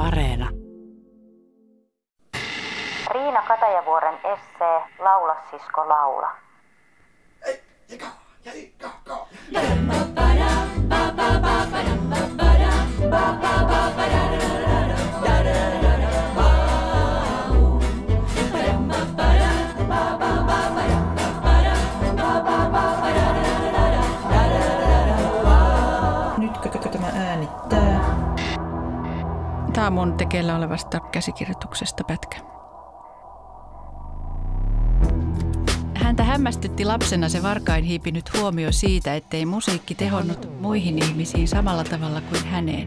Areena. Riina Katajavuoren essee Laula sisko laula. Nytkö tämä äänittää? Tämä on mun tekeillä olevasta käsikirjoituksesta pätkä. Häntä hämmästytti lapsena se varkain hiipinyt huomio siitä, ettei musiikki tehonnut muihin ihmisiin samalla tavalla kuin häneen.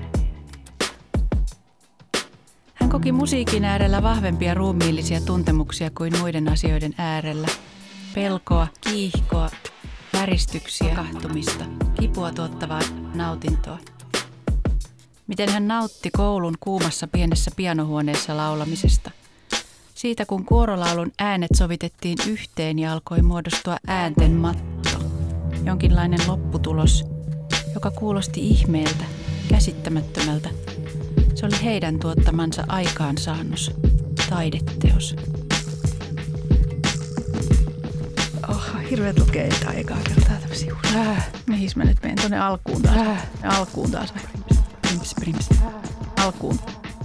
Hän koki musiikin äärellä vahvempia ruumiillisia tuntemuksia kuin muiden asioiden äärellä. Pelkoa, kiihkoa, väristyksiä, kahtumista, kipua tuottavaa nautintoa. Miten hän nautti koulun kuumassa pienessä pianohuoneessa laulamisesta. Siitä kun kuorolaulun äänet sovitettiin yhteen ja alkoi muodostua äänten matto. Jonkinlainen lopputulos, joka kuulosti ihmeeltä, käsittämättömältä. Se oli heidän tuottamansa aikaansaannos, taideteos. Hirveet lukee aikaa kertaa tämmöisiä. Mihin mä nyt menen? Tuonne alkuun taas. Alkuun taas. Prims. Alkuun.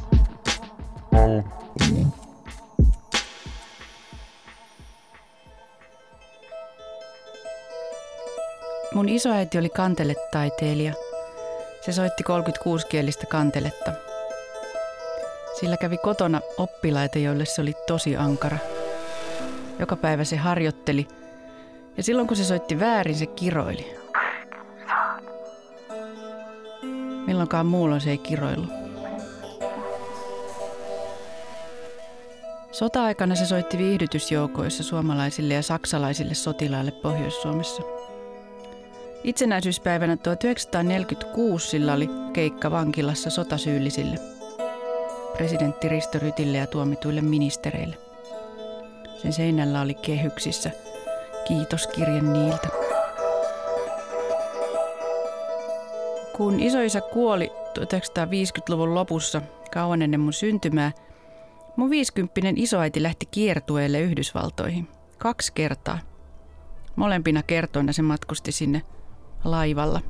Mun isoäiti oli kanteletaiteilija. Se soitti 36-kielistä kanteletta. Sillä kävi kotona oppilaita, joille se oli tosi ankara. Joka päivä se harjoitteli. Ja silloin kun se soitti väärin, se kiroili. Milloinkaan muulloin se ei kiroillut. Sota-aikana se soitti viihdytysjoukoissa suomalaisille ja saksalaisille sotilaille Pohjois-Suomessa. Itsenäisyyspäivänä 1946 sillä oli keikka vankilassa sotasyyllisille, presidentti Risto Rytille ja tuomituille ministereille. Sen seinällä oli kehyksissä kiitoskirje niiltä. Kun isoisä kuoli 1950-luvun lopussa, kauan ennen mun syntymää, mun 50-vuotias isoäiti lähti kiertueelle Yhdysvaltoihin 2 kertaa. Molempina kertoina se matkusti sinne laivalla.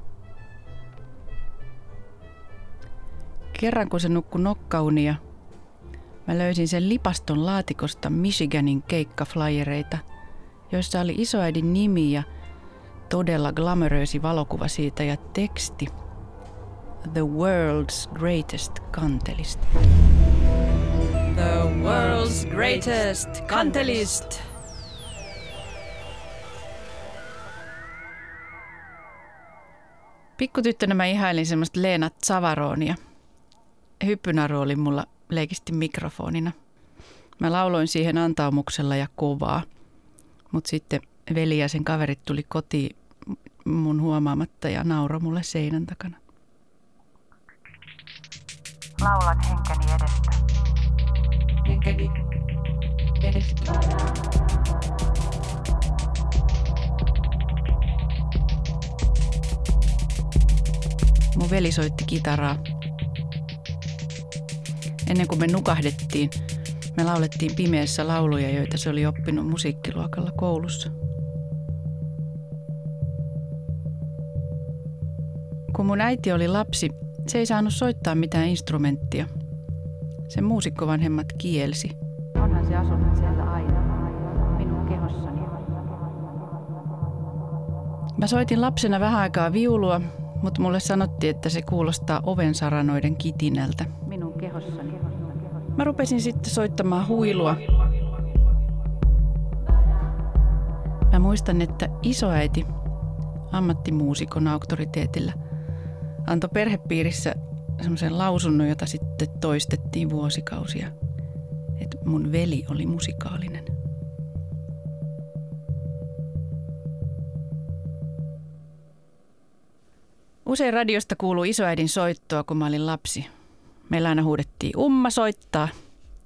Kerran kun se nukkui nokkaunia, mä löysin sen lipaston laatikosta Michiganin keikkaflyereita, joissa oli isoäidin nimi ja todella glamoröösi valokuva siitä ja teksti The World's Greatest Kantelist. The World's Greatest Kantelist. Pikkutyttönä mä ihailin semmoista Leena Zavaronia. Hyppynaru oli mulla leikisti mikrofonina. Mä lauloin siihen antaumuksella ja kovaa. Mutta sitten veli ja sen kaverit tuli kotiin mun huomaamatta ja nauroi mulle seinän takana. Laulan henkeni edestä. Henkeni edestä. Mun veli soitti kitaraa. Ennen kuin me nukahdettiin, me laulettiin pimeässä lauluja, joita se oli oppinut musiikkiluokalla koulussa. Kun mun äiti oli lapsi, se ei saanut soittaa mitään instrumenttia. Sen muusikkovanhemmat kielsi. Onhan se asunut siellä aina, minun kehossani. Mä soitin lapsena vähän aikaa viulua, mutta mulle sanottiin, että se kuulostaa ovensaranoiden kitinältä. Minun kehossani. Mä rupesin sitten soittamaan huilua. Mä muistan, että isoäiti ammattimuusikon auktoriteetillä antoi perhepiirissä semmoisen lausunnon, jota sitten toistettiin vuosikausia, että mun veli oli musikaalinen. Usein radiosta kuului isoäidin soittoa, kun mä olin lapsi. Meillä aina huudettiin, umma soittaa.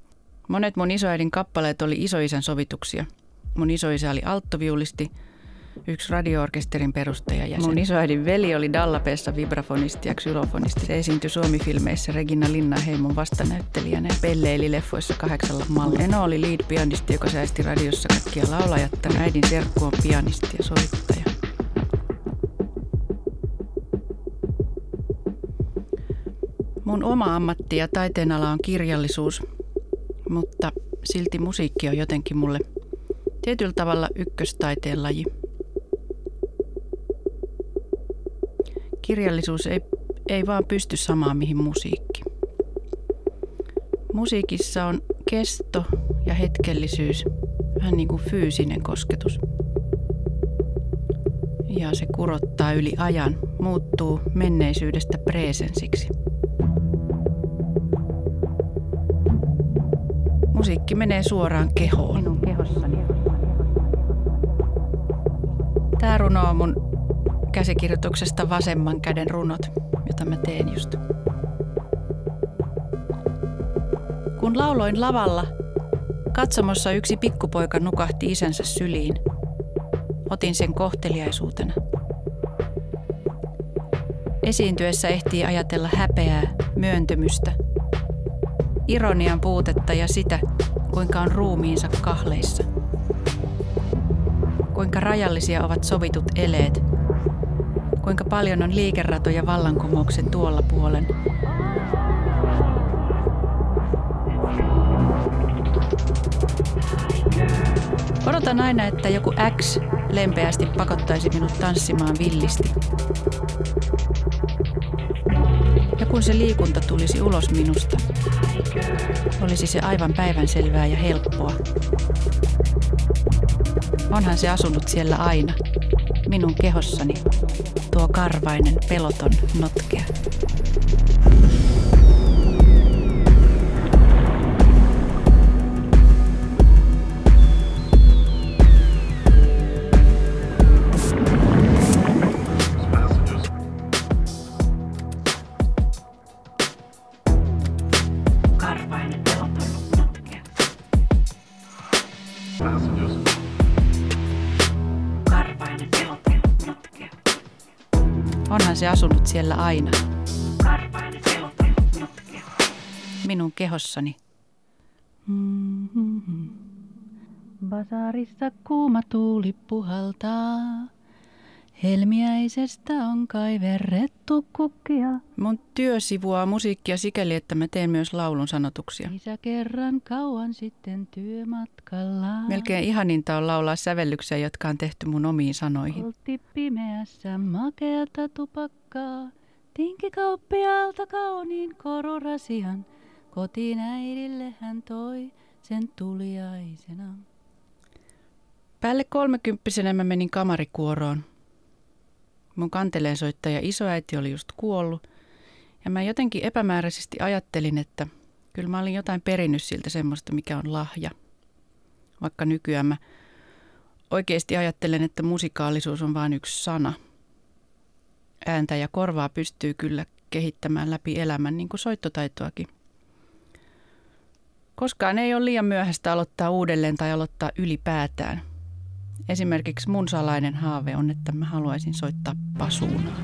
Monet mun isoäidin kappaleet oli isoisän sovituksia. Mun isoisä oli alttoviulisti yksi radio-orkesterin perustajajäsen. Mun isoäidin veli oli Dallapessa vibrafonisti ja xylofonisti. Se esiintyi Suomi-filmeissä Regina Linnanheimon vastanäyttelijänä ja pelleili leffoissa 8 mallilla. Eno oli lead-pianisti, joka säästi radiossa kaikkia laulajatta. Äidin serkku on pianisti ja soittaja. Mun oma ammatti ja taiteenala on kirjallisuus, mutta silti musiikki on jotenkin mulle tietyllä tavalla ykköstaiteen laji. Kirjallisuus ei vaan pysty samaan mihin musiikki. Musiikissa on kesto ja hetkellisyys, vähän niin kuin fyysinen kosketus. Ja se kurottaa yli ajan, muuttuu menneisyydestä presensiksi. Musiikki menee suoraan kehoon. Minun kehossani. Tää runo on mun käsikirjoituksesta Vasemman käden runot, jota mä teen just. Kun lauloin lavalla, katsomossa yksi pikkupoika nukahti isänsä syliin. Otin sen kohteliaisuutena. Esiintyessä ehtii ajatella häpeää, myöntymystä, ironian puutetta ja sitä, kuinka on ruumiinsa kahleissa. Kuinka rajallisia ovat sovitut eleet. Kuinka paljon on liikeratoja vallankumouksen tuolla puolen. Odotan aina, että joku X lempeästi pakottaisi minut tanssimaan villisti. Ja kun se liikunta tulisi ulos minusta, olisi se aivan päivänselvää ja helppoa. Onhan se asunut siellä aina, minun kehossani, tuo karvainen, peloton notkea. Onhan se asunut siellä aina. Karvainen, peloton, notkea. Minun kehossani. Basaarissa kuuma tuuli puhaltaa. Helmiäisestä on kaiverrettu kukkia. Mun työ sivuaa musiikkia sikäli, että mä teen myös laulun sanotuksia. Isä kerran kauan sitten työmatkalla. Melkein ihaninta on laulaa sävellyksiä, jotka on tehty mun omiin sanoihin. Poltti pimeässä makeata tupakkaa. Tinkikauppiaalta kauniin kororasian. Kotiin äidille hän toi sen tuliaisena. Päälle 30-vuotiaana mä menin kamarikuoroon. Mun kanteleensoittaja isoäiti oli just kuollut ja mä jotenkin epämääräisesti ajattelin, että kyllä mä olin jotain perinnyt siltä semmoista, mikä on lahja. Vaikka nykyään mä oikeasti ajattelen, että musikaalisuus on vain yksi sana. Ääntä ja korvaa pystyy kyllä kehittämään läpi elämän, niin kuin soittotaitoakin. Koskaan ei ole liian myöhäistä aloittaa uudelleen tai aloittaa ylipäätään. Esimerkiksi mun salainen haave on, että mä haluaisin soittaa pasuunaa.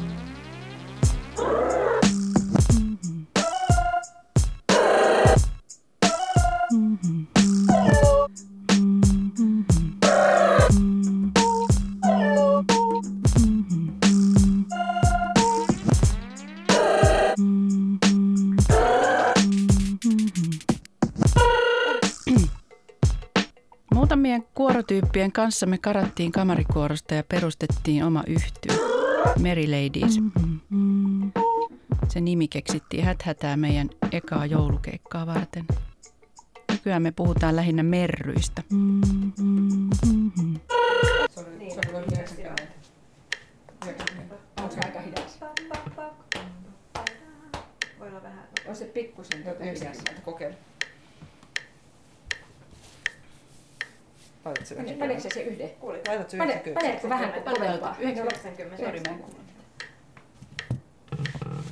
Muutamien kuorotyyppien kanssa me karattiin kamarikuorosta ja perustettiin oma yhtye, Merry Ladies. Se nimi keksittiin häthätää meidän ekaa joulukeikkaa varten. Nykyään me puhutaan lähinnä merryistä. Se on 90. Onko se aika hidas? Voi olla vähän. On se pikkusen hidas. Kokeile. Paneeko se yhden? Kuulit? Laitat se 90. Paneeko vähän kovempaa? 90. Sori, mä en kuule.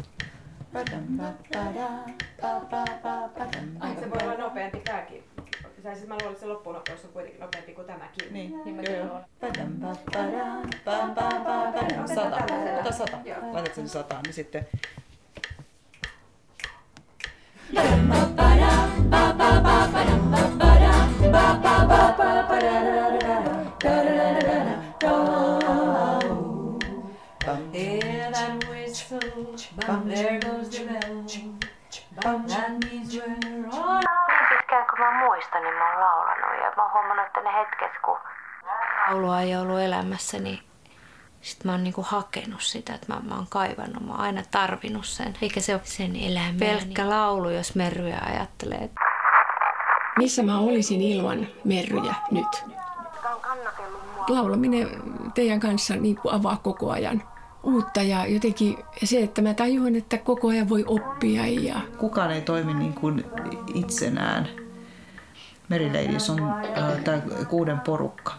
Ai, se voi olla nopeampi tääkin. Siis mä luulen, että se loppunopeus on kuitenkin nopeampi kuin tämäkin. Niin, joo. Ota 100. Laitat sen 100, niin sitten... Hear that whistle, there goes the bell. That means we're on. Pitkään kun mä muistan, niin mä oon laulanut ja mä oon huomannut, että ne hetket, kun laulua ei ollut elämässä, niin sit mä oon niinku hakenut sitä, että mä oon kaivannut, mä oon aina tarvinnut sen. Eikä se ole sen elämää. Pelkkä laulu, jos Merryä ajattelee. Missä mä olisin ilman Merryjä nyt? Laulaminen teidän kanssa niin kuin avaa koko ajan uutta ja jotenkin se, että mä tajuan, että koko ajan voi oppia. Ja... Kukaan ei toimi niin kuin itsenään. Merry Ladies on tämä 6 porukka.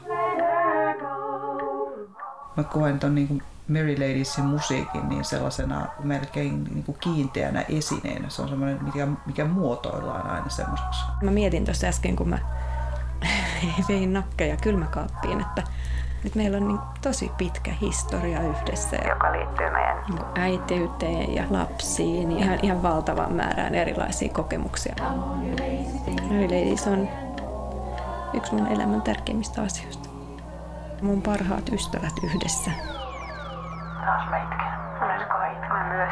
Mä koen ton niin kuin Merry Ladiesin musiikin niin sellaisena melkein niin kuin kiinteänä esineenä. Se on semmoinen, mikä muotoillaan aina semmoiseksi. Mä mietin tuossa äsken, kun mä vein nakkeja kylmäkaappiin, että meillä on niin tosi pitkä historia yhdessä. Joka liittyy meidän äitiyteen ja lapsiin ja ihan valtavaan määrään erilaisia kokemuksia. Merry Ladies on yksi mun elämän tärkeimmistä asioista. Mun parhaat ystävät yhdessä. Taas mä itken. Olisiko itken myös?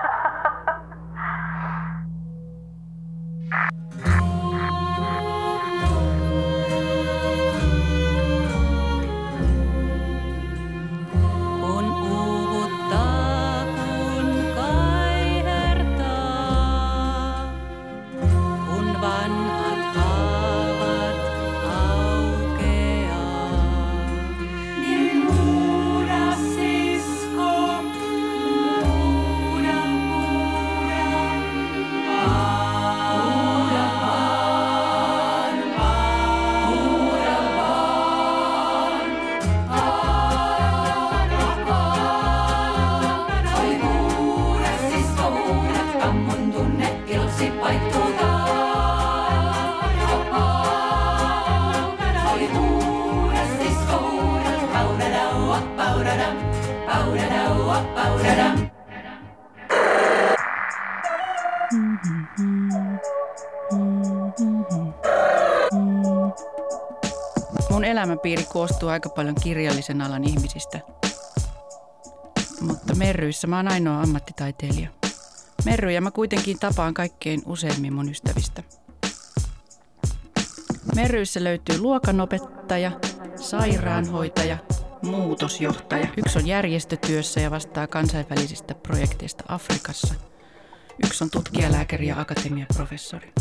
Kun uuvuttaa, kun kaihertaa, kun vanhat haavat aukeaa, niin huuda sisko, huuda, huuda vaan, huuda vaan. Oi huuda sisko, huuda, kammun tunne iloksi paiktuu Oi huuda sisko, huuda, paudadaua, paudadam, paudadaua, paudadam. Mun elämänpiiri koostuu aika paljon kirjallisen alan ihmisistä. Mutta Merryissä mä oon ainoa ammattitaiteilija. Merryjä mä kuitenkin tapaan kaikkein useimmin mun ystävistä. Merryissä löytyy luokanopettaja, sairaanhoitaja, muutosjohtaja. Yksi on järjestötyössä ja vastaa kansainvälisistä projekteista Afrikassa. Yksi on tutkijalääkäri ja akatemiaprofessori.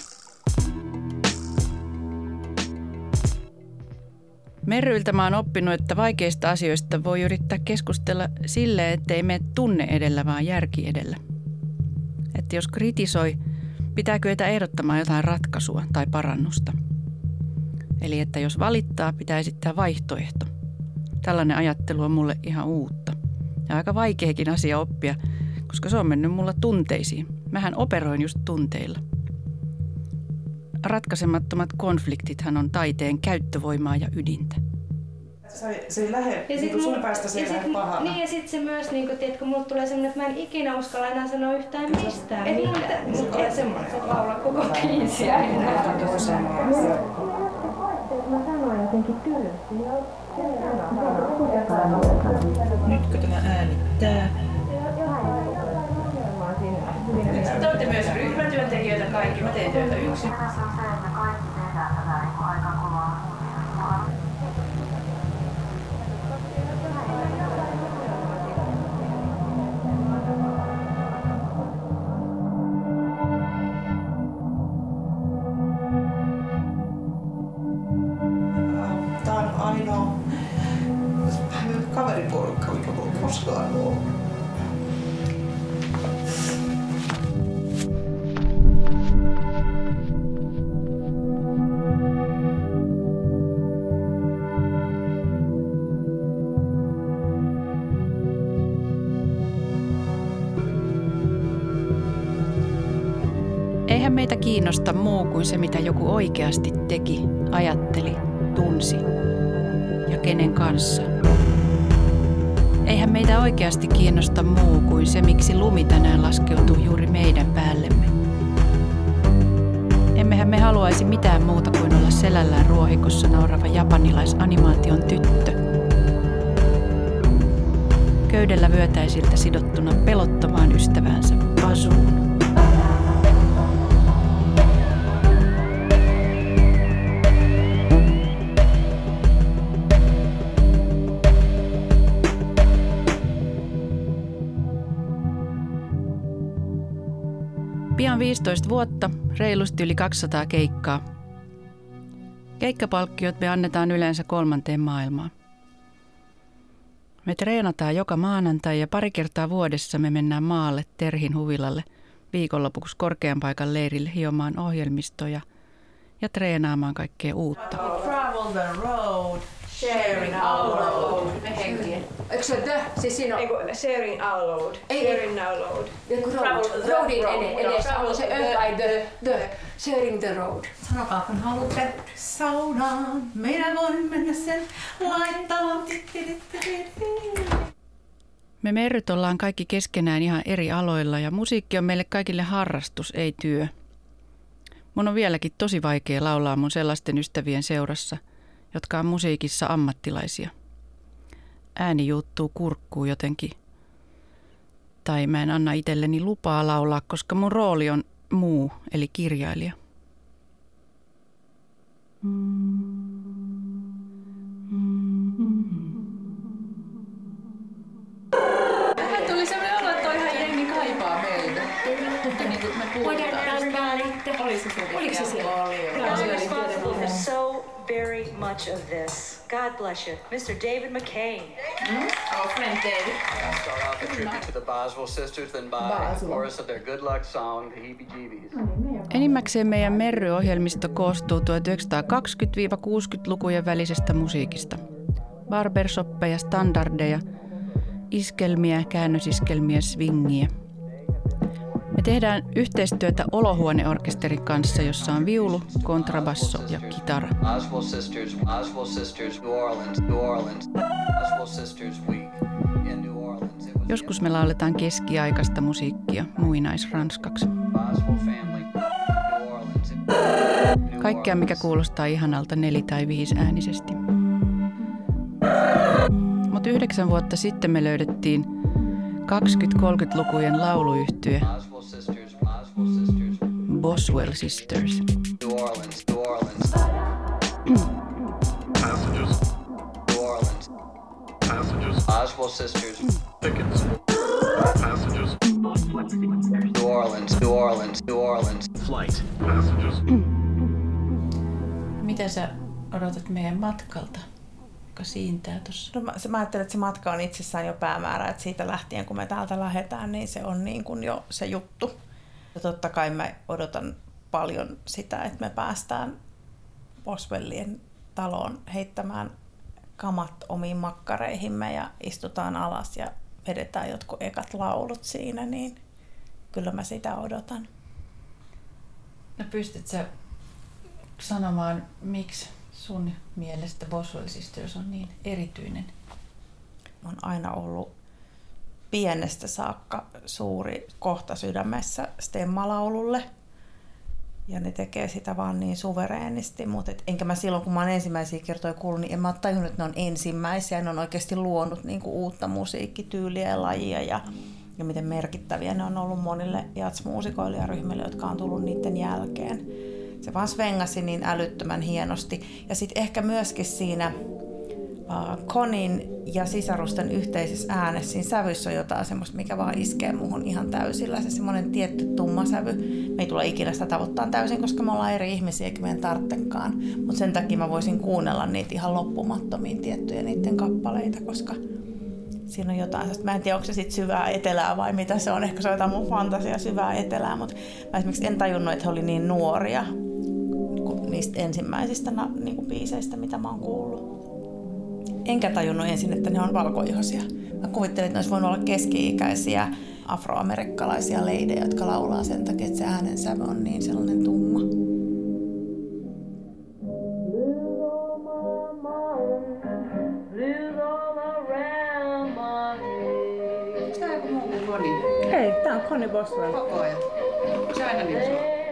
Merryiltä mä oon oppinut, että vaikeista asioista voi yrittää keskustella silleen, ettei mene tunne edellä, vaan järki edellä. Että jos kritisoi, pitää kyetä ehdottamaan jotain ratkaisua tai parannusta. Eli että jos valittaa, pitää esittää vaihtoehto. Tällainen ajattelu on mulle ihan uutta. Ja aika vaikeakin asia oppia, koska se on mennyt mulla tunteisiin. Mähän operoin just tunteilla. Ratkaisemattomat konfliktithan on taiteen käyttövoimaa ja ydintä. Se ei lähde, niin sun päästä se ei lähde pahana. Niin ja sitten se myös, niin tiedätkö, mulle tulee semmoinen, että mä en ikinä uskalla enää sanoa yhtään mistään. Ei mulle tulee semmoinen, että laulaa koko biisiä. Mä sanoin jotenkin tylysti. Nytkö tämä äänittää? Te olette myös ryhmätyöntekijöitä kaikki. Mä teen työtä yksin. Tässä on se, että kaikki tehdään tätä aikaa kovaa. Tää on ainoa kaveriporukka, mikä mulla koskaan ollut. Eihän meitä kiinnosta muu kuin se, mitä joku oikeasti teki, ajatteli, tunsi ja kenen kanssa. Eihän meitä oikeasti kiinnosta muu kuin se, miksi lumi tänään laskeutuu juuri meidän päällemme. Emmehän me haluaisi mitään muuta kuin olla selällään ruohikossa naurava japanilaisanimaation tyttö. Köydellä vyötäisiltä sidottuna pelottomaan ystäväänsä Bazuun. Pian 15 vuotta, reilusti yli 200 keikkaa. Keikkapalkkiot me annetaan yleensä 3. maailmaan. Me treenataan joka maanantai ja pari kertaa vuodessa me mennään maalle Terhin huvilalle viikonlopuksi korkean paikan leirille hiomaan ohjelmistoja ja treenaamaan kaikkea uutta. Travel the road, sharing our load. Eikö se the? Siis siinä on... Eiku, sharing our load. Sharing our load. Roadin edessä on se tai the. Sharing the road. Sanokaa, kun haluatte saunaan, minä voin mennä sen laittaa. Me Merryt ollaan kaikki keskenään ihan eri aloilla ja musiikki on meille kaikille harrastus, ei työ. Mun on vieläkin tosi vaikea laulaa mun sellaisten ystävien seurassa, jotka on musiikissa ammattilaisia. Ääni juuttuu kurkkuun jotenkin. Tai mä en anna itselleni lupaa laulaa, koska mun rooli on muu, eli kirjailija. Vähän tuli sellainen olo, että toihan jengi kaipaa meitä. Mutta niin kuin me puhutaan. Oliko se siellä? Oli. So very much of this. God bless you. Mr. David McCain. Our friend David. I'll start off a tribute to the Boswell sisters, then by a chorus of their Good Luck song, The Heebie-Jeebies. Enimmäkseen meidän Merry-ohjelmisto koostuu 1920-60-lukujen välisestä musiikista. Barbershoppeja, standardeja, iskelmiä, käännösiskelmiä, swingiä. Me tehdään yhteistyötä Olohuoneorkesterin kanssa, jossa on viulu, kontrabasso ja kitara. Boswell Sisters, New Orleans, New Orleans. Boswell Sisters Week in New Orleans. Joskus me lauletaan keskiaikaista musiikkia muinaisranskaksi. Boswell family, New Orleans. Kaikkea, mikä kuulostaa ihanalta 4- tai 5-äänisesti. Mutta 9 vuotta sitten me löydettiin 20-30-lukujen lauluyhtye Boswell Sisters. New Orleans, New Orleans. Passages. New Orleans. Passages. Boswell Sisters. Tickets. Passages. New Orleans, New Orleans, New Orleans. Flight. Passages. Mitä sä odotat meidän matkalta, joka siintää tuossa? No, mä ajattelen, että se matka on itsessään jo päämäärä, että siitä lähtien kun me täältä lähdetään, niin se on niin kuin jo se juttu. Ja totta kai mä odotan paljon sitä, että me päästään Boswellien taloon heittämään kamat omiin makkareihimme ja istutaan alas ja vedetään jotkut ekat laulut siinä, niin kyllä mä sitä odotan. No pystyt sä sanomaan, miksi sun mielestä Boswell Sisters on niin erityinen? Mä oon aina ollut pienestä saakka suuri kohta sydämessä stemmalaululle. Ja ne tekee sitä vaan niin suvereenisti, mutta enkä mä silloin, kun mä oon ensimmäisiä kertoja kuullut, niin en mä ole tajunnut, että ne on ensimmäisiä. Ne on oikeasti luonut niin kuin uutta musiikkityyliä ja lajia ja miten merkittäviä ne on ollut monille jazzmuusikoille ja ryhmille, jotka on tullut niiden jälkeen. Se vaan svengasi niin älyttömän hienosti. Ja sitten ehkä myöskin siinä Conin ja sisarusten yhteisessä äänessä, siinä sävyssä on jotain semmoista, mikä vaan iskee muhun ihan täysillä. Se semmoinen tietty tumma sävy. Me ei tule ikinä sitä tavoittaa täysin, koska me ollaan eri ihmisiä, eikä meidän tarvitsekaan. Mutta sen takia mä voisin kuunnella niitä ihan loppumattomiin tiettyjä niiden kappaleita, koska siinä on jotain. Mä en tiedä, onko se sitten syvää etelää vai mitä se on. Ehkä se on jotain mun fantasia syvää etelää, mutta mä esimerkiksi en tajunnut, että he oli niin nuoria niistä ensimmäisistä niin kuin biiseistä, mitä mä oon kuullut. Enkä tajunnut ensin, että ne on valkoihoisia. Mä kuvittelin, että ne olisi voinut olla keski-ikäisiä afroamerikkalaisia leidejä, jotka laulaa sen takia, että se äänensävy on niin sellainen tumma. Hei, tää on Connie Boswell. Koko ajan. Se aina niin se on.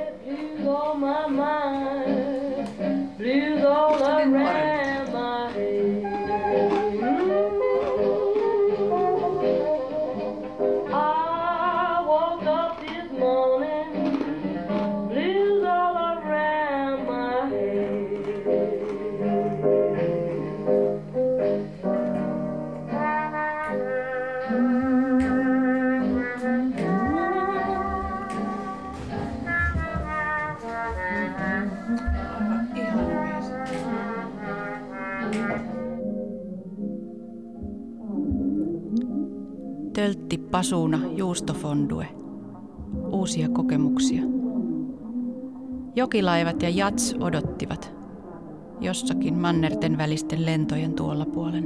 Töltti, pasuuna, juustofondue. Uusia kokemuksia. Jokilaivat ja jats odottivat. Jossakin mannerten välisten lentojen tuolla puolen.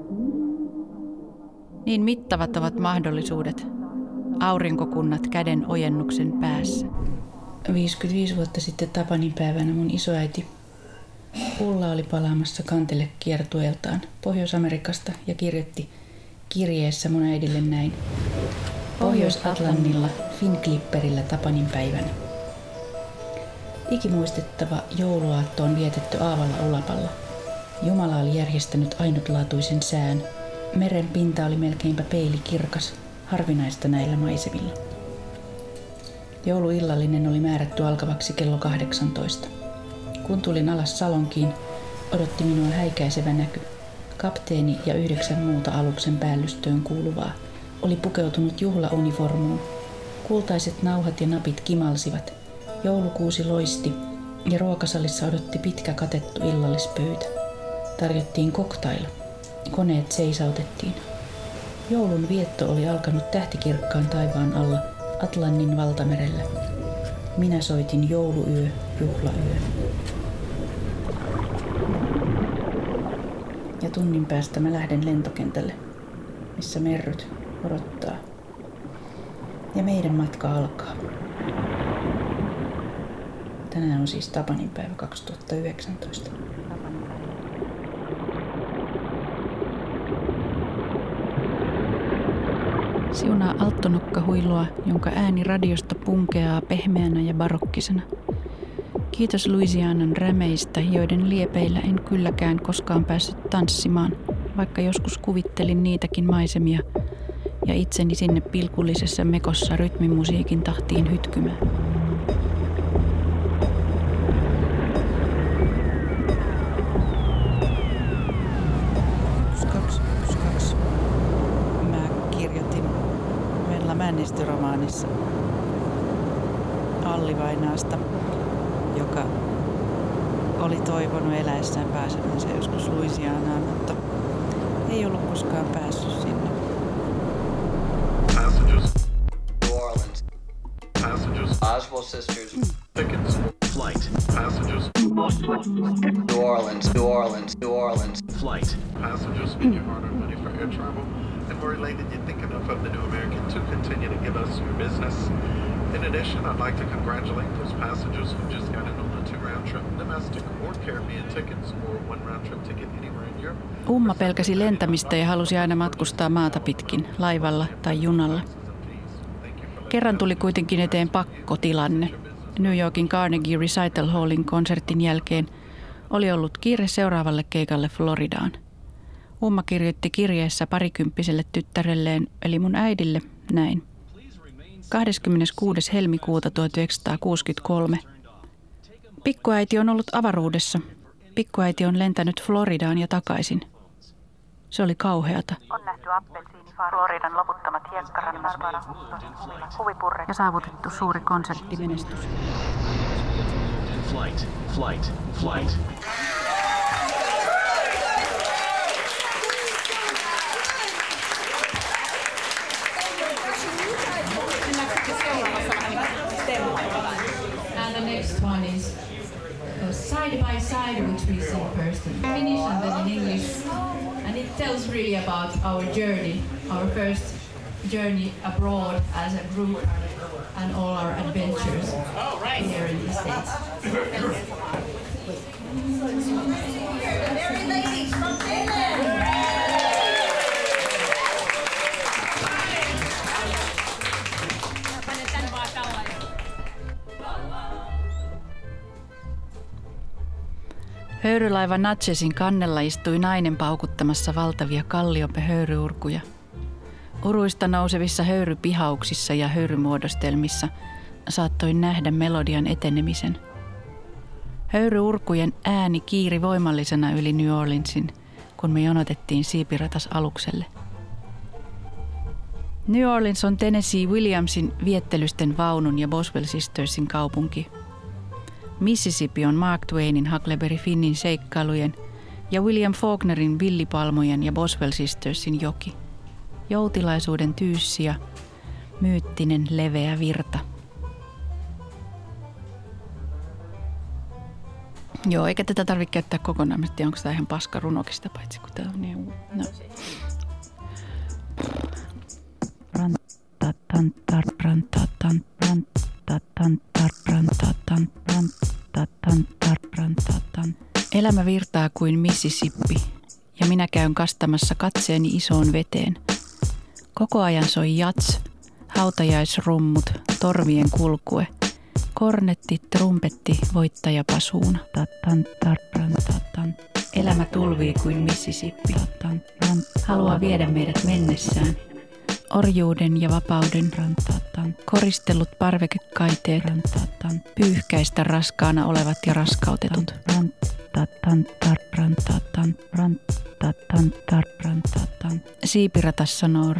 Niin mittavat ovat mahdollisuudet. Aurinkokunnat käden ojennuksen päässä. 55 vuotta sitten tapaninpäivänä mun isoäiti Ulla oli palaamassa Kantele-kiertueeltaan Pohjois-Amerikasta ja kirjoitti kirjeessä mun äidille näin. Pohjois-Atlantilla Finklipperillä tapaninpäivänä. Ikimuistettava jouluaatto on vietetty aavalla Ulapalla. Jumala oli järjestänyt ainutlaatuisen sään. Meren pinta oli melkeinpä peilikirkas, harvinaista näillä maisemilla. Jouluillallinen oli määrätty alkavaksi kello 18. Kun tulin alas salonkiin, odotti minua häikäisevä näky. Kapteeni ja 9 muuta aluksen päällystöön kuuluvaa oli pukeutunut juhlauniformuun. Kultaiset nauhat ja napit kimalsivat. Joulukuusi loisti ja ruokasalissa odotti pitkä katettu illallispöytä. Tarjottiin koktailla. Koneet seisautettiin. Joulun vietto oli alkanut tähtikirkkaan taivaan alla Atlantin valtamerellä. Minä soitin jouluyö, juhlayö. Ja tunnin päästä mä lähden lentokentälle, missä merryt odottaa. Ja meidän matka alkaa. Tänään on siis tapaninpäivä 2019. Siunaa alttonokkahuilua, jonka ääni radiosta punkeaa pehmeänä ja barokkisena. Kiitos Louisianan rämeistä, joiden liepeillä en kylläkään koskaan päässyt tanssimaan, vaikka joskus kuvittelin niitäkin maisemia ja itseni sinne pilkullisessa mekossa rytmimusiikin tahtiin hytkymään. Mä kirjoitin Venla Männistö-romaanissa Alli Vainaasta, joka oli toivonut eläessään pääsemänsä joskus Louisianaan, mutta ei ollut koskaan päässyt sinne. Passengers. New Orleans. Passengers. Oswald Sisters. Tickets. Flight. Passengers. New Orleans. New Orleans. New Orleans. Flight. Passengers spend your hard-earned money for air travel, and we're elated you think enough of the New American to continue to give us your business. In addition, I'd like to congratulate those passengers who just got in on the 2 round-trip domestic or Caribbean tickets or 1 round-trip ticket anywhere in Europe. Umma pelkäsi lentämistä ja halusi aina matkustaa maata pitkin, laivalla tai junalla. Kerran tuli kuitenkin eteen pakkotilanne. New Yorkin Carnegie Recital Hallin konsertin jälkeen oli ollut kiire seuraavalle keikalle Floridaan. Umma kirjoitti kirjeessä parikymppiselle tyttärelleen, eli mun äidille, näin. 26. helmikuuta 1963. Pikkuäiti on ollut avaruudessa. Pikkuäiti on lentänyt Floridaan ja takaisin. Se oli kauheata. On nähty Floridan loputtomat hiekkarannat, huvipurre ja saavutettu suuri konserttimenestys. Flight, flight, flight. And the next one is Side by Side, which we sing first in Finnish and then in English. And it tells really about our journey, our first journey abroad as a group and all our adventures here in the States. Merry ladies from Finland! Höyrylaiva Natchesin kannella istui nainen paukuttamassa valtavia kalliope-höyryurkuja. Uruista nousevissa höyrypihauksissa ja höyrymuodostelmissa saattoi nähdä melodian etenemisen. Höyryurkujen ääni kiiri voimallisena yli New Orleansin, kun me jonotettiin siipiratas-alukselle. New Orleans on Tennessee Williamsin viettelysten vaunun ja Boswell Sistersin kaupunki. Mississippi on Mark Twainin Huckleberry Finnin seikkailujen ja William Faulknerin villipalmujen ja Boswell Sistersin joki. Joutilaisuuden tyyssi ja myyttinen leveä virta. Joo, eikä tätä tarvitse käyttää kokonaan. Mä tiedän, onko tämä ihan paska runokista, paitsi kun tämä on niin... No. Elämä virtaa kuin Mississippi, ja minä käyn kastamassa katseeni isoon veteen. Koko ajan soi jats, hautajaisrummut, torvien kulkue, kornetti, trumpetti, voittajapasuuna. Elämä tulvii kuin Mississippi. Haluaa viedä meidät mennessään. Orjuuden ja vapauden, koristellut parvekekaiteet, pyyhkäistä raskaana olevat ja raskautetut. Siipiratas sanoo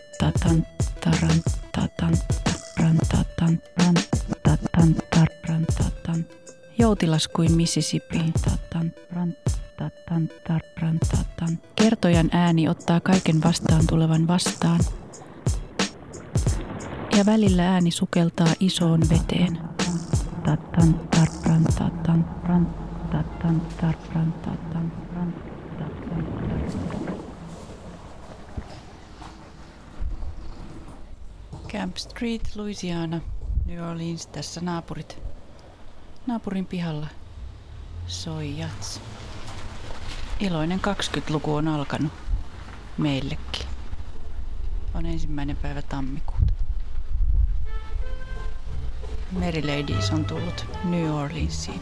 joutilas kuin Mississippi. Kertojan ääni ottaa kaiken vastaan tulevan vastaan. Ja välillä ääni sukeltaa isoon veteen. Camp Street, Louisiana, New Orleans, tässä naapurin pihalla soi jats. Iloinen 20-luku on alkanut meillekin. On 1. päivä tammikuuta. Merry Ladies on tullut New Orleansiin.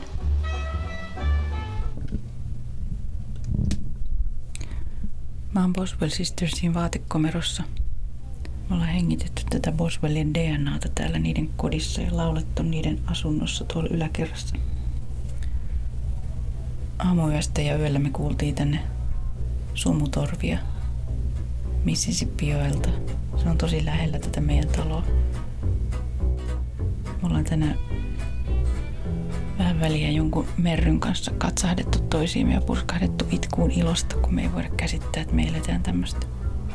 Mä oon Boswell Sistersin vaatekomerossa. Me ollaan hengitetty tätä Boswellin DNAta täällä niiden kodissa ja laulettu niiden asunnossa tuolla yläkerrassa. Aamuyöstä ja yöllä me kuultiin tänne sumutorvia Mississippi-joelta. Se on tosi lähellä tätä meidän taloa. Me ollaan tänään vähän väliä jonkun merryn kanssa katsahdettu toisiimme ja purskahdettu itkuun ilosta, kun me ei voida käsittää, että me eletään tämmöistä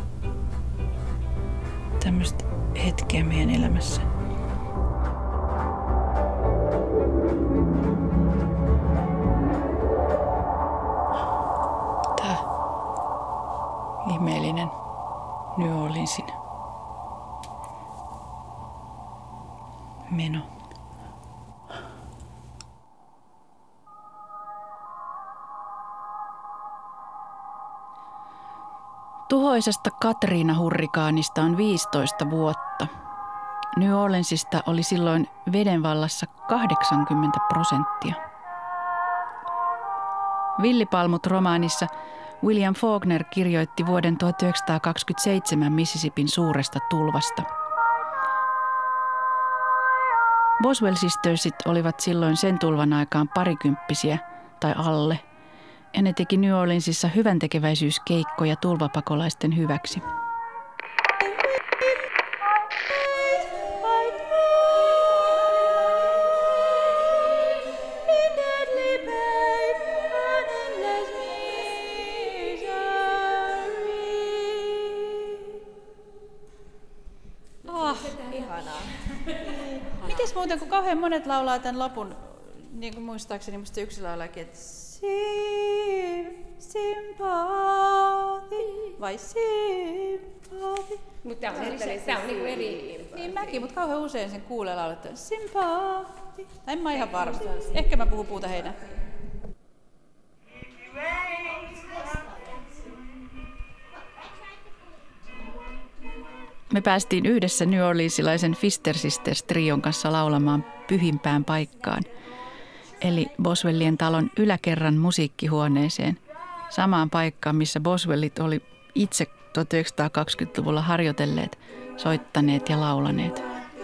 hetkeä meidän elämässä. Tää ihmeellinen New Orleansin meno. Tuhoisesta Katriina-hurrikaanista on 15 vuotta. New Orleansista oli silloin veden vallassa 80%. Villipalmut-romaanissa William Faulkner kirjoitti vuoden 1927 Mississippin suuresta tulvasta. Boswell Sistersit olivat silloin sen tulvan aikaan parikymppisiä tai alle, ja ne teki New Orleansissa hyväntekeväisyyskeikkoja tulvapakolaisten hyväksi. Mites muuten, kun kauhean monet laulaa tämän lopun, niin kuin muistaakseni musta yksi laulakin, että sympathy vai sympati? Mutta tämä on niinku eri. Niin mäkin, mutta kauhean usein sen kuulee laulettua sympati. En mä ihan varma. Ehkä mä puhun puuta heinää. Me päästiin yhdessä New Orleansilaisen Fister Sisters trion kanssa laulamaan Pyhimpään paikkaan, eli Boswellien talon yläkerran musiikkihuoneeseen, samaan paikkaan, missä Boswellit oli itse 1920-luvulla harjoitelleet, soittaneet ja laulaneet.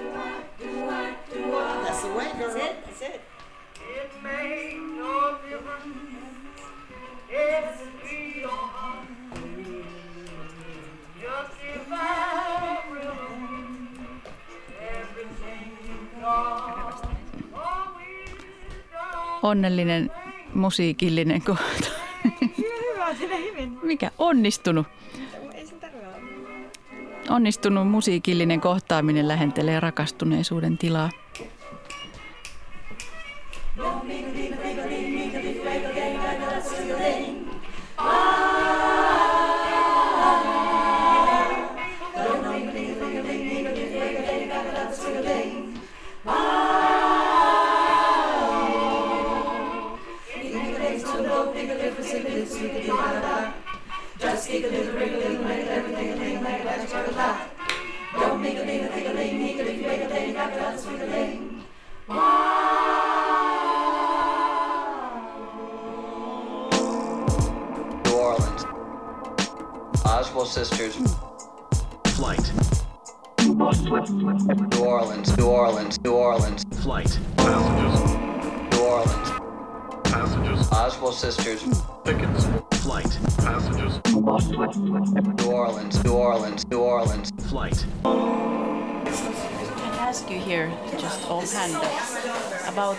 Onnellinen musiikillinen kohta. Mikä? Onnistunut. Onnistunut musiikillinen kohtaaminen lähentelee rakastuneisuuden tilaa. New Orleans. Oswald Sisters. Flight. New Orleans, New Orleans, New Orleans. Flight. Passengers. New Orleans. Passengers. Oswald Sisters. Tickets. Flight. Passengers. New Orleans, New Orleans, New Orleans. Flight. Can I ask you here, just offhand, about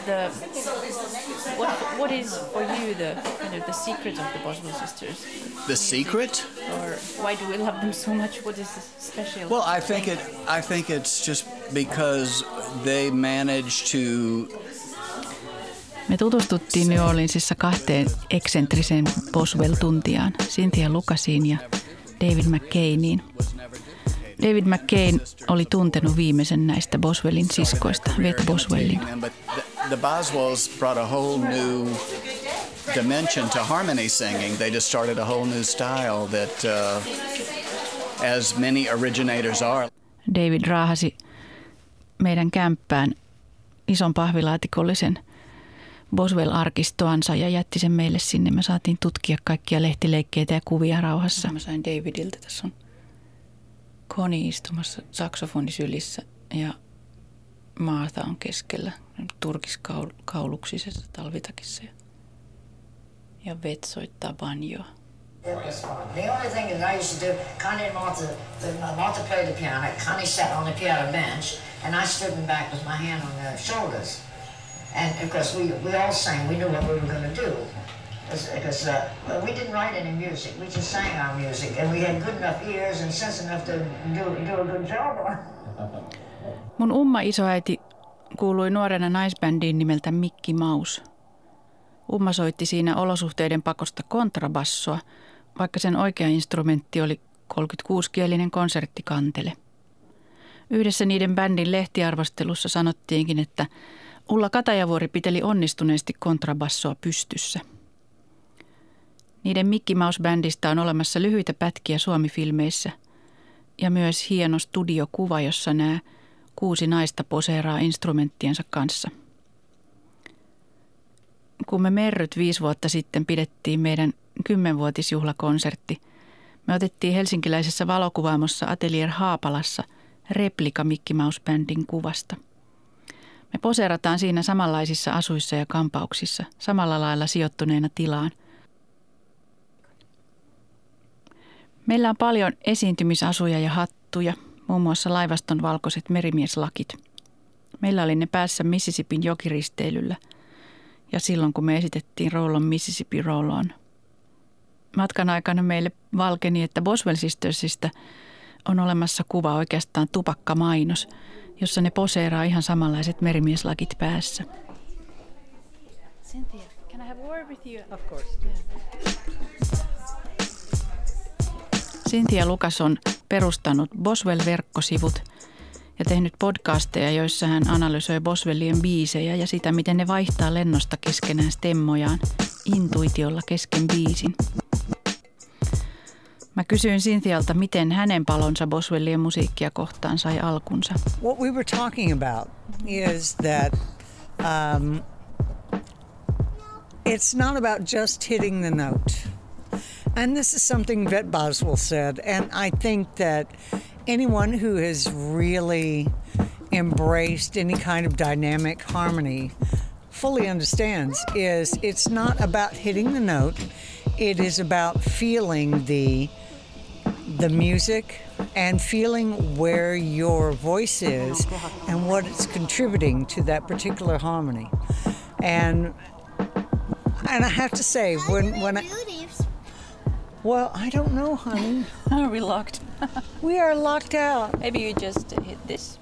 what is for you the secret of the Boswell Sisters? The secret? Or why do we love them so much? What is special? Well, I think it's just because they managed to. Me tutustuttiin New Orleansissa 2 eksentriseen Boswell-tuntijaan, Cynthia Lucasiin ja David McCainiin. David McCain oli tuntenut viimeisen näistä Boswellin siskoista, Beth Boswellin. The Boswells brought a whole new dimension to harmony singing. They just started a whole new style that, as many originators are. David raahasi meidän kämppään ison pahvilaatikollisen Boswell-arkistoansa ja jätti sen meille sinne. Me saatiin tutkia kaikkia lehtileikkeitä ja kuvia rauhassa. Mä sain Davidiltä. Tässä on Connie istumassa saksofonisylissä ja Martha on keskellä turkiskauluksisessa talvitakissa. Ja Vet soittaa banjoa. It was fun. The only thing that I used to do, Connie and Martha played the piano. Connie sat on the piano bench, and I stood in back with my hand on their shoulders. And of course, we all sang. We knew what we were going to do. Because we didn't write any music. We just sang our music. And we had good enough ears and sense enough to do a good job. Mun umma isoäiti kuului nuorena naisbändiin nimeltä Mickey Mouse. Umma soitti siinä olosuhteiden pakosta kontrabassoa, vaikka sen oikea instrumentti oli 36-kielinen konserttikantele. Yhdessä niiden bändin lehtiarvostelussa sanottiinkin, että Ulla Katajavuori piteli onnistuneesti kontrabassoa pystyssä. Niiden Mickey Mouse-bändistä on olemassa lyhyitä pätkiä Suomi-filmeissä ja myös hieno studiokuva, jossa nämä 6 naista poseeraa instrumenttiensa kanssa. Kun me Merryt 5 vuotta sitten pidettiin meidän 10-vuotisjuhlakonsertti, me otettiin helsinkiläisessä valokuvaamossa Atelier Haapalassa replika Mickey Mouse-bändin kuvasta. Me poseerataan siinä samanlaisissa asuissa ja kampauksissa, samalla lailla sijoittuneena tilaan. Meillä on paljon esiintymisasuja ja hattuja, muun muassa laivaston valkoiset merimieslakit. Meillä oli ne päässä Mississippin jokiristeilyllä ja silloin kun me esitettiin Roll on Mississippi Roll on. Matkan aikana meille valkeni, että Boswell Sistersistä on olemassa kuva, oikeastaan tupakkamainos, jossa ne poseeraa ihan samanlaiset merimieslakit päässä. Cynthia, can I have a word with you? Of course. Cynthia Lucas on perustanut Boswell-verkkosivut ja tehnyt podcasteja, joissa hän analysoi Boswellien biisejä ja sitä, miten ne vaihtaa lennosta keskenään stemmojaan intuitiolla kesken biisin. Mä kysyin Cynthialta, miten hänen palonsa Boswellien musiikkia kohtaan sai alkunsa. What we were talking about is that it's not about just hitting the note. And this is something that Boswell said, and I think that anyone who has really embraced any kind of dynamic harmony fully understands is it's not about hitting the note, it is about feeling the music and feeling where your voice is and what it's contributing to that particular harmony. And I have to say, when I... Well, I don't know, honey. Are we locked? We are locked out. Maybe you just hit this.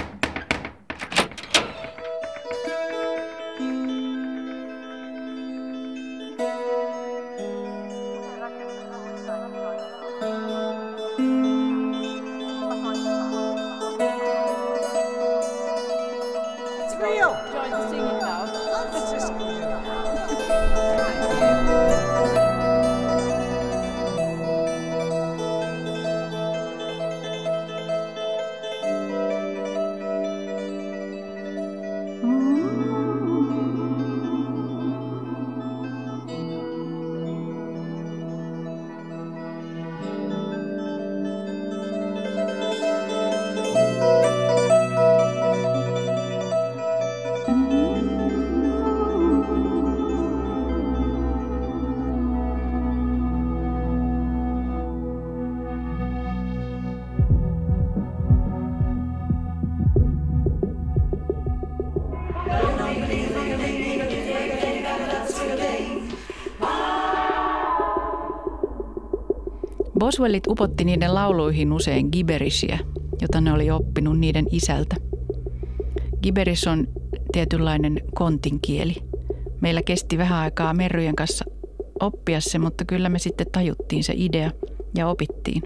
It's real. Join the singing now. Let's just go. Boswellit upotti niiden lauluihin usein gibberishia, jota ne oli oppinut niiden isältä. Gibberish on tietynlainen kontinkieli. Meillä kesti vähän aikaa Merryjen kanssa oppia se, mutta kyllä me sitten tajuttiin se idea ja opittiin.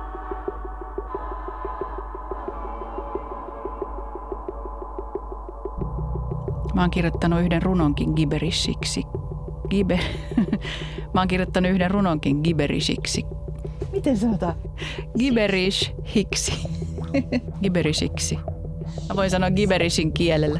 Mä oon kirjoittanut yhden runonkin gibberishiksi. Mä oon kirjoittanut yhden runonkin gibberishiksi. Miten sanotaan? Gibberishiksi. Gibberishiksi. Mä voin sanoa gibberishin kielellä.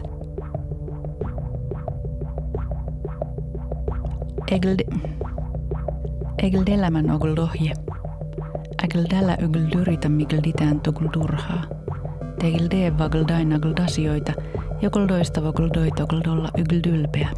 Egel delämän ogul dohje. Ägel dällä ögel dyritä migel ditään togul turhaa. Tegel dee vagel dainagel dasioita. Jokol doista vogel doita ogul dolla ögel dylpeä.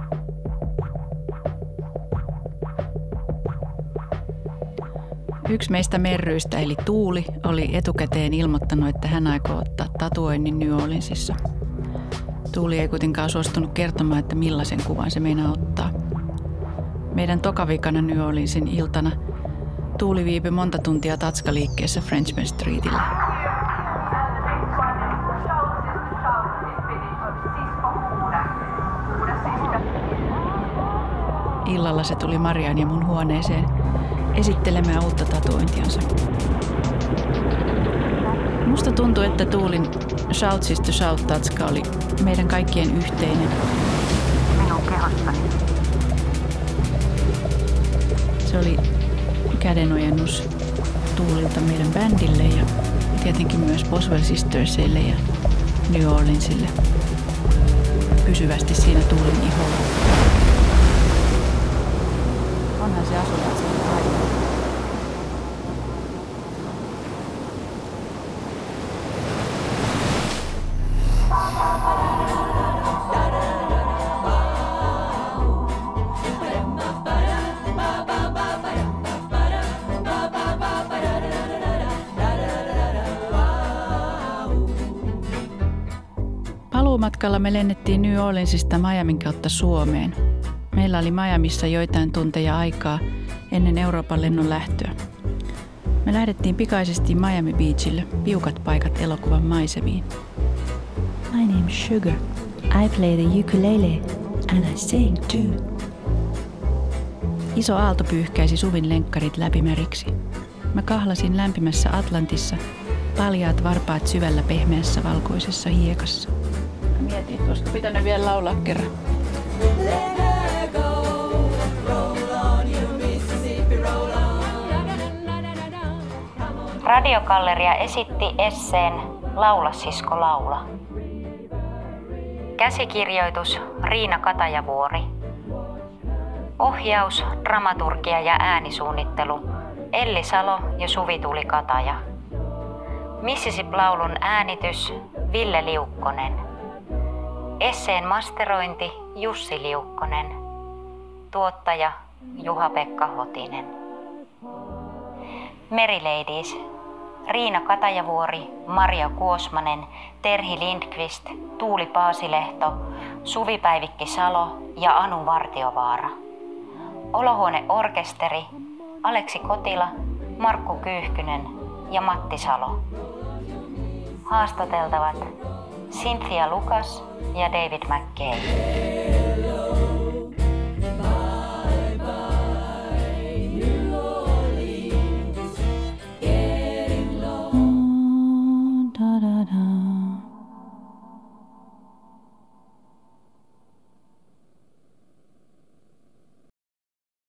Yksi meistä Merryistä, eli Tuuli, oli etukäteen ilmoittanut, että hän aikoo ottaa tatuoinnin New Orleansissa. Tuuli ei kuitenkaan suostunut kertomaan, että millaisen kuvan se meinaa ottaa. Meidän tokavikana New Orleansin iltana Tuuli viipyi monta tuntia tatskaliikkeessä Frenchman Streetillä. Illalla se tuli Marian ja mun huoneeseen esittelemään uutta tatuointiansa. Musta tuntui, että Tuulin Shout Sister Shout-tatska oli meidän kaikkien yhteinen. Minun kehossani. Se oli kädenojennus Tuulilta meidän bändille ja tietenkin myös Boswell Sistersille ja New Orleansille. Pysyvästi siinä Tuulin iholla. Onhan se asunut siinä aivan. Paluumatkalla me lennettiin New Orleansista Miamin kautta Suomeen. Meillä oli Miamissa joitain tunteja aikaa ennen Euroopan lennon lähtöä. Me lähdettiin pikaisesti Miami Beachille, piukat paikat elokuvan maisemiin. My name is Sugar. I play the ukulele and I sing too. Iso aalto pyyhkäisi Suvin lenkkarit läpimäriksi. mä kahlasin lämpimässä Atlantissa paljaat varpaat syvällä pehmeässä valkoisessa hiekassa. Mietin, että olisiko pitänyt vielä laulaa kerran. Radiogalleria esitti esseen Laula sisko laula. Käsikirjoitus Riina Katajavuori. Ohjaus, dramaturgia ja äänisuunnittelu Elli Salo ja Suvi-Tuuli Kataja. Mississippi-laulun äänitys Ville Liukkonen. Esseen masterointi Jussi Liukkonen. Tuottaja Juha-Pekka Hotinen. Meriladies. Riina Katajavuori, Maria Kuosmanen, Terhi Lindqvist, Tuuli Paasilehto, Suvi-Päivikki Salo ja Anu Vartiovaara. Olohuone-orkesteri Aleksi Kotila, Markku Kyyhkynen ja Matti Salo. Haastateltavat Cynthia Lukas ja David McKay.